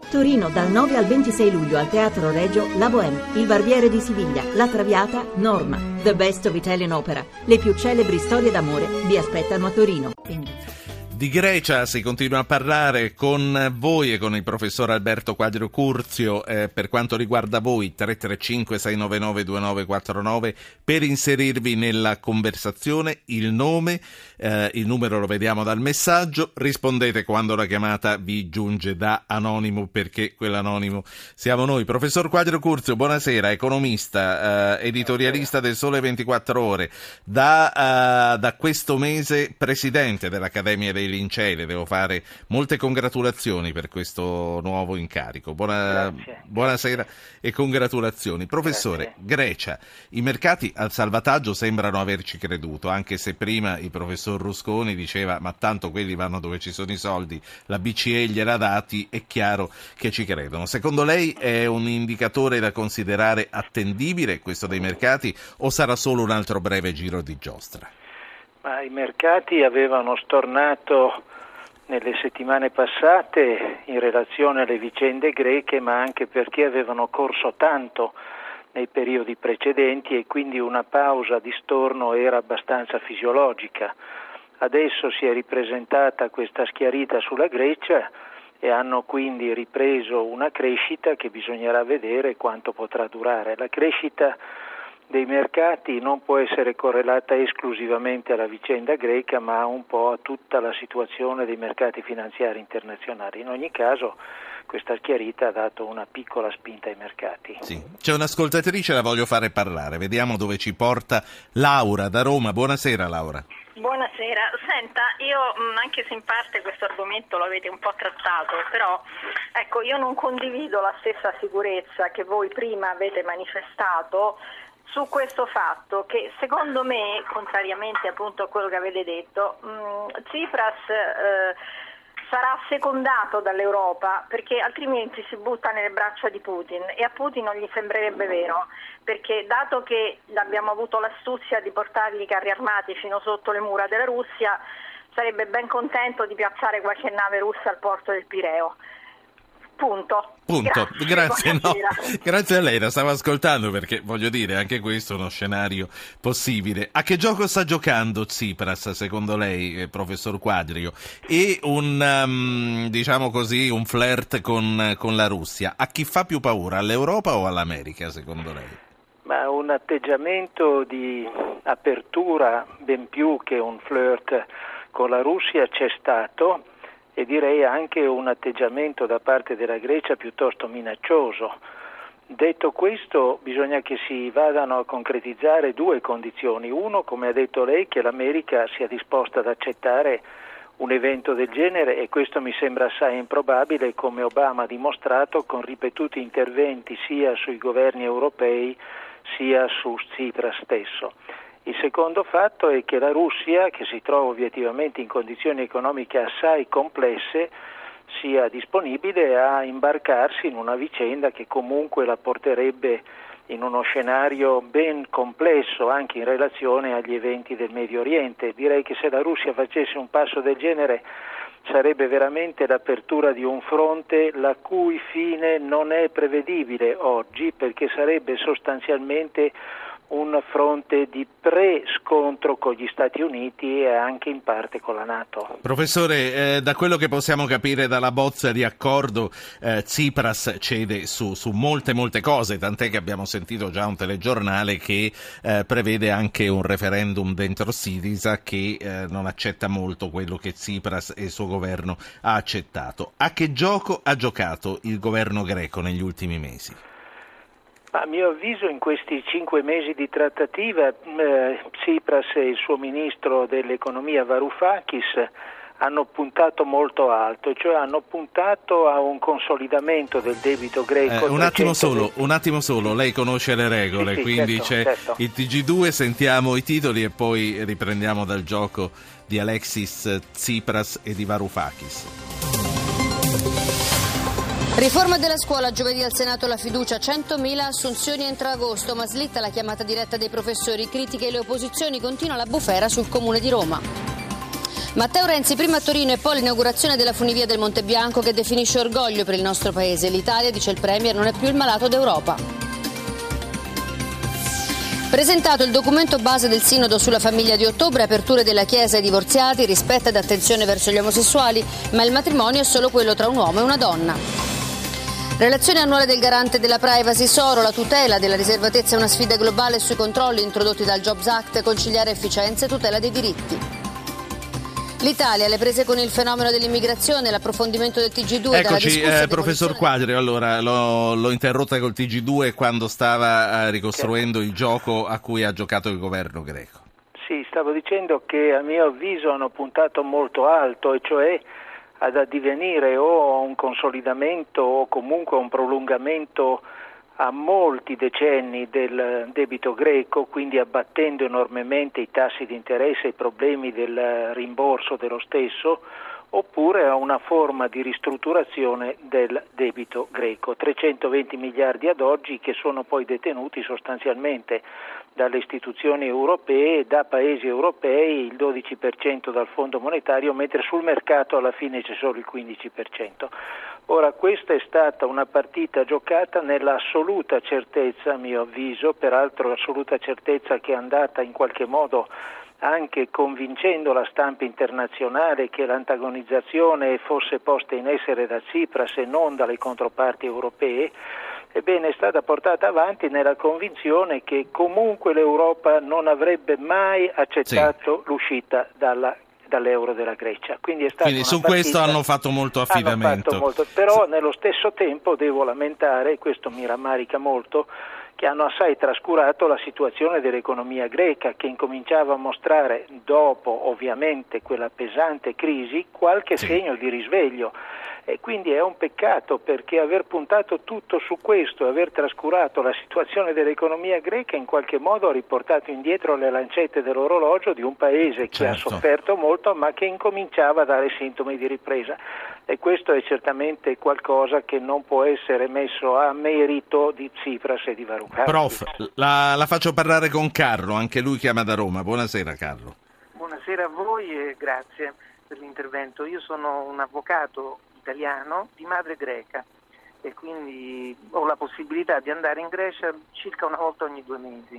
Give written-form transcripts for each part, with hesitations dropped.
Torino dal 9 al 26 luglio al Teatro Regio La Bohème, Il Barbiere di Siviglia, La Traviata, Norma, The Best of Italian Opera. Le più celebri storie d'amore vi aspettano a Torino. Di Grecia si continua a parlare con voi e con il professor Alberto Quadrio Curzio per quanto riguarda voi 335-699-2949 per inserirvi nella conversazione, il nome, il numero lo vediamo dal messaggio, rispondete quando la chiamata vi giunge da anonimo perché quell'anonimo siamo noi. Professor Quadrio Curzio, buonasera, economista, editorialista del Sole 24 Ore, da questo mese presidente dell'Accademia dei Lincei, le devo fare molte congratulazioni per questo nuovo incarico. Buonasera e congratulazioni. Professore, Grecia, i mercati al salvataggio sembrano averci creduto, anche se prima il professor Rusconi diceva ma tanto quelli vanno dove ci sono i soldi, la BCE gliel'ha dati, è chiaro che ci credono. Secondo lei è un indicatore da considerare attendibile questo dei mercati o sarà solo un altro breve giro di giostra? Ma i mercati avevano stornato nelle settimane passate in relazione alle vicende greche, ma anche perché avevano corso tanto nei periodi precedenti e quindi una pausa di storno era abbastanza fisiologica. Adesso si è ripresentata questa schiarita sulla Grecia e hanno quindi ripreso una crescita che bisognerà vedere quanto potrà durare. La crescita dei mercati non può essere correlata esclusivamente alla vicenda greca, ma un po' a tutta la situazione dei mercati finanziari internazionali. In ogni caso, questa schiarita ha dato una piccola spinta ai mercati. Sì. C'è un'ascoltatrice, la voglio fare parlare. Vediamo dove ci porta Laura da Roma. Buonasera, Laura. Buonasera, senta, io anche se in parte questo argomento lo avete un po' trattato, però ecco, io non condivido la stessa sicurezza che voi prima avete manifestato su questo fatto che secondo me, contrariamente appunto a quello che avete detto, Tsipras sarà secondato dall'Europa perché altrimenti si butta nelle braccia di Putin e a Putin non gli sembrerebbe vero, perché dato che abbiamo avuto l'astuzia di portargli i carri armati fino sotto le mura della Russia, sarebbe ben contento di piazzare qualche nave russa al porto del Pireo. Punto. Grazie. No. Grazie a lei, la stavo ascoltando perché voglio dire anche questo è uno scenario possibile. A che gioco sta giocando Tsipras secondo lei, professor Quadrio? E diciamo così un flirt con la Russia, a chi fa più paura, all'Europa o all'America secondo lei? Ma un atteggiamento di apertura ben più che un flirt con la Russia c'è stato, e direi anche un atteggiamento da parte della Grecia piuttosto minaccioso. Detto questo, bisogna che si vadano a concretizzare due condizioni. Uno, come ha detto lei, che l'America sia disposta ad accettare un evento del genere, e questo mi sembra assai improbabile, come Obama ha dimostrato con ripetuti interventi sia sui governi europei sia su Tsipras stesso. Il secondo fatto è che la Russia, che si trova obiettivamente in condizioni economiche assai complesse, sia disponibile a imbarcarsi in una vicenda che comunque la porterebbe in uno scenario ben complesso anche in relazione agli eventi del Medio Oriente. Direi che se la Russia facesse un passo del genere sarebbe veramente l'apertura di un fronte la cui fine non è prevedibile oggi, perché sarebbe sostanzialmente un fronte di pre-scontro con gli Stati Uniti e anche in parte con la NATO. Professore, da quello che possiamo capire dalla bozza di accordo, Tsipras cede su molte cose, tant'è che abbiamo sentito già un telegiornale che prevede anche un referendum dentro Syriza che non accetta molto quello che Tsipras e il suo governo ha accettato. A che gioco ha giocato il governo greco negli ultimi mesi? A mio avviso in questi 5 mesi di trattativa Tsipras e il suo ministro dell'economia Varoufakis hanno puntato molto alto, cioè hanno puntato a un consolidamento del debito greco. Un attimo solo, lei conosce le regole, sì, quindi certo. Il TG2, sentiamo i titoli e poi riprendiamo dal gioco di Alexis Tsipras e di Varoufakis. Riforma della scuola, giovedì al Senato la fiducia, 100.000 assunzioni entro agosto, ma slitta la chiamata diretta dei professori, critiche e le opposizioni, continua la bufera sul Comune di Roma. Matteo Renzi prima a Torino e poi l'inaugurazione della funivia del Monte Bianco che definisce orgoglio per il nostro paese. L'Italia, dice il Premier, non è più il malato d'Europa. Presentato il documento base del Sinodo sulla famiglia di ottobre, aperture della Chiesa ai divorziati, rispetto ed attenzione verso gli omosessuali, ma il matrimonio è solo quello tra un uomo e una donna. Relazione annuale del garante della privacy Soro, la tutela della riservatezza è una sfida globale sui controlli introdotti dal Jobs Act, conciliare efficienza e tutela dei diritti. L'Italia alle prese con il fenomeno dell'immigrazione, l'approfondimento del TG2. Eccoci, professor Quadrio, allora l'ho interrotta col TG2 quando stava ricostruendo il gioco a cui ha giocato il governo greco. Sì, stavo dicendo che a mio avviso hanno puntato molto alto, e cioè ad addivenire o a un consolidamento o comunque a un prolungamento a molti decenni del debito greco, quindi abbattendo enormemente i tassi di interesse e i problemi del rimborso dello stesso, oppure a una forma di ristrutturazione del debito greco. 320 miliardi ad oggi, che sono poi detenuti sostanzialmente dalle istituzioni europee, da paesi europei, il 12% dal Fondo monetario, mentre sul mercato alla fine c'è solo il 15%. Ora, questa è stata una partita giocata nell'assoluta certezza, a mio avviso, peraltro assoluta certezza che è andata in qualche modo anche convincendo la stampa internazionale che l'antagonizzazione fosse posta in essere da Tsipras e non dalle controparti europee. Ebbene, è stata portata avanti nella convinzione che comunque l'Europa non avrebbe mai accettato l'uscita dall'euro della Grecia. Quindi su questo hanno fatto molto affidamento. Però nello stesso tempo devo lamentare, e questo mi rammarica molto, che hanno assai trascurato la situazione dell'economia greca, che incominciava a mostrare, dopo ovviamente quella pesante crisi, qualche segno di risveglio. E quindi è un peccato, perché aver puntato tutto su questo, aver trascurato la situazione dell'economia greca, in qualche modo ha riportato indietro le lancette dell'orologio di un paese che ha sofferto molto, ma che incominciava a dare sintomi di ripresa. E questo è certamente qualcosa che non può essere messo a merito di Tsipras e di Varoufakis. Prof, la faccio parlare con Carlo, anche lui chiama da Roma. Buonasera Carlo. Buonasera a voi e grazie per l'intervento. Io sono un avvocato italiano di madre greca e quindi ho la possibilità di andare in Grecia circa una volta ogni 2 mesi.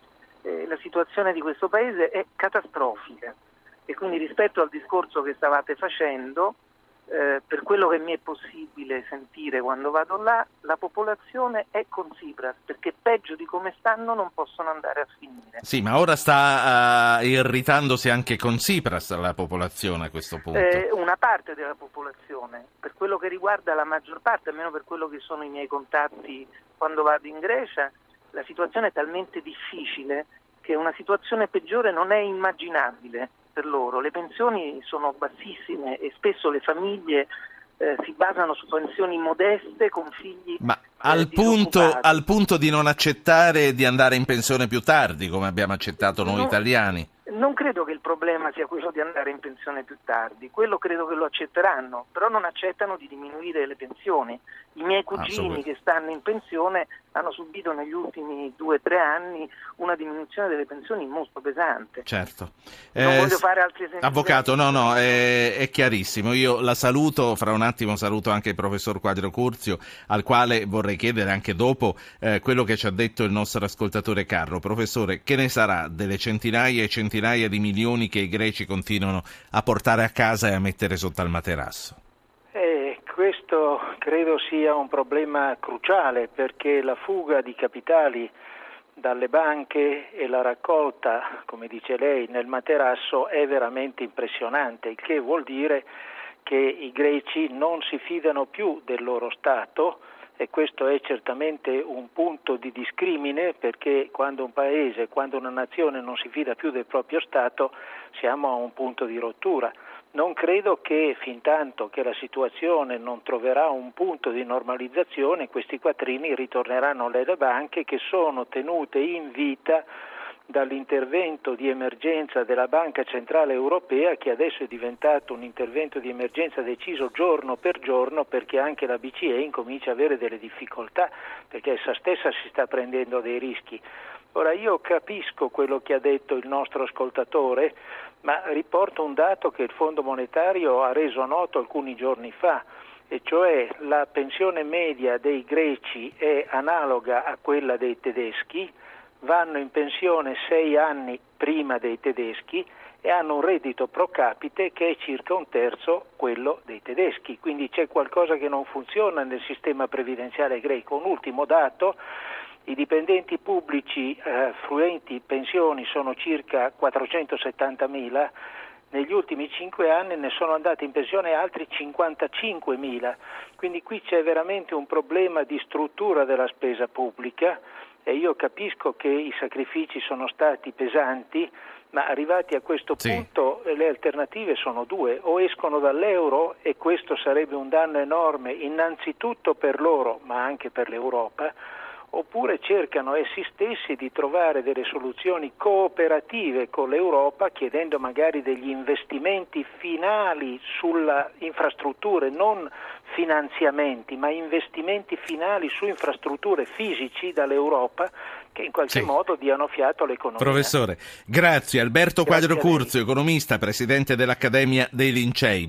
La situazione di questo paese è catastrofica e quindi rispetto al discorso che stavate facendo, per quello che mi è possibile sentire quando vado là, la popolazione è con Tsipras, perché peggio di come stanno non possono andare a finire. Sì, ma ora sta irritandosi anche con Tsipras la popolazione a questo punto. Una parte della popolazione, per quello che riguarda la maggior parte, almeno per quello che sono i miei contatti quando vado in Grecia, la situazione è talmente difficile che una situazione peggiore non è immaginabile per loro. Le pensioni sono bassissime e spesso le famiglie si basano su pensioni modeste con figli al punto di non accettare di andare in pensione più tardi, come abbiamo accettato noi italiani. Non credo che il problema sia quello di andare in pensione più tardi, quello credo che lo accetteranno, però non accettano di diminuire le pensioni. I miei cugini che stanno in pensione hanno subito negli ultimi 2 o 3 anni una diminuzione delle pensioni molto pesante. Certo. Non voglio fare altri esempi. Avvocato, no, è chiarissimo. Io la saluto, fra un attimo saluto anche il professor Quadrio Curzio, al quale vorrei chiedere anche dopo quello che ci ha detto il nostro ascoltatore Carlo. Professore, che ne sarà delle centinaia e centinaia di milioni che i greci continuano a portare a casa e a mettere sotto al materasso? Questo credo sia un problema cruciale, perché la fuga di capitali dalle banche e la raccolta, come dice lei, nel materasso è veramente impressionante, il che vuol dire che i greci non si fidano più del loro Stato, e questo è certamente un punto di discrimine, perché quando un paese, quando una nazione non si fida più del proprio Stato, siamo a un punto di rottura. Non credo che fintanto che la situazione non troverà un punto di normalizzazione, questi quattrini ritorneranno nelle banche, che sono tenute in vita dall'intervento di emergenza della Banca Centrale Europea, che adesso è diventato un intervento di emergenza deciso giorno per giorno, perché anche la BCE incomincia a avere delle difficoltà, perché essa stessa si sta prendendo dei rischi. Ora, io capisco quello che ha detto il nostro ascoltatore, ma riporto un dato che il Fondo Monetario ha reso noto alcuni giorni fa, e cioè la pensione media dei greci è analoga a quella dei tedeschi, vanno in pensione 6 anni prima dei tedeschi e hanno un reddito pro capite che è circa un terzo quello dei tedeschi, quindi c'è qualcosa che non funziona nel sistema previdenziale greco. Un ultimo dato: i dipendenti pubblici fruenti pensioni sono circa 470.000, negli ultimi 5 anni ne sono andati in pensione altri 55.000, quindi qui c'è veramente un problema di struttura della spesa pubblica, e io capisco che i sacrifici sono stati pesanti, ma arrivati a questo punto le alternative sono due: o escono dall'euro, e questo sarebbe un danno enorme innanzitutto per loro ma anche per l'Europa, oppure cercano essi stessi di trovare delle soluzioni cooperative con l'Europa, chiedendo magari degli investimenti finali sulle infrastrutture, non finanziamenti, ma investimenti finali su infrastrutture fisici dall'Europa, che in qualche modo diano fiato all'economia. Professore, grazie. Alberto Quadrio Curzio, economista, presidente dell'Accademia dei Lincei.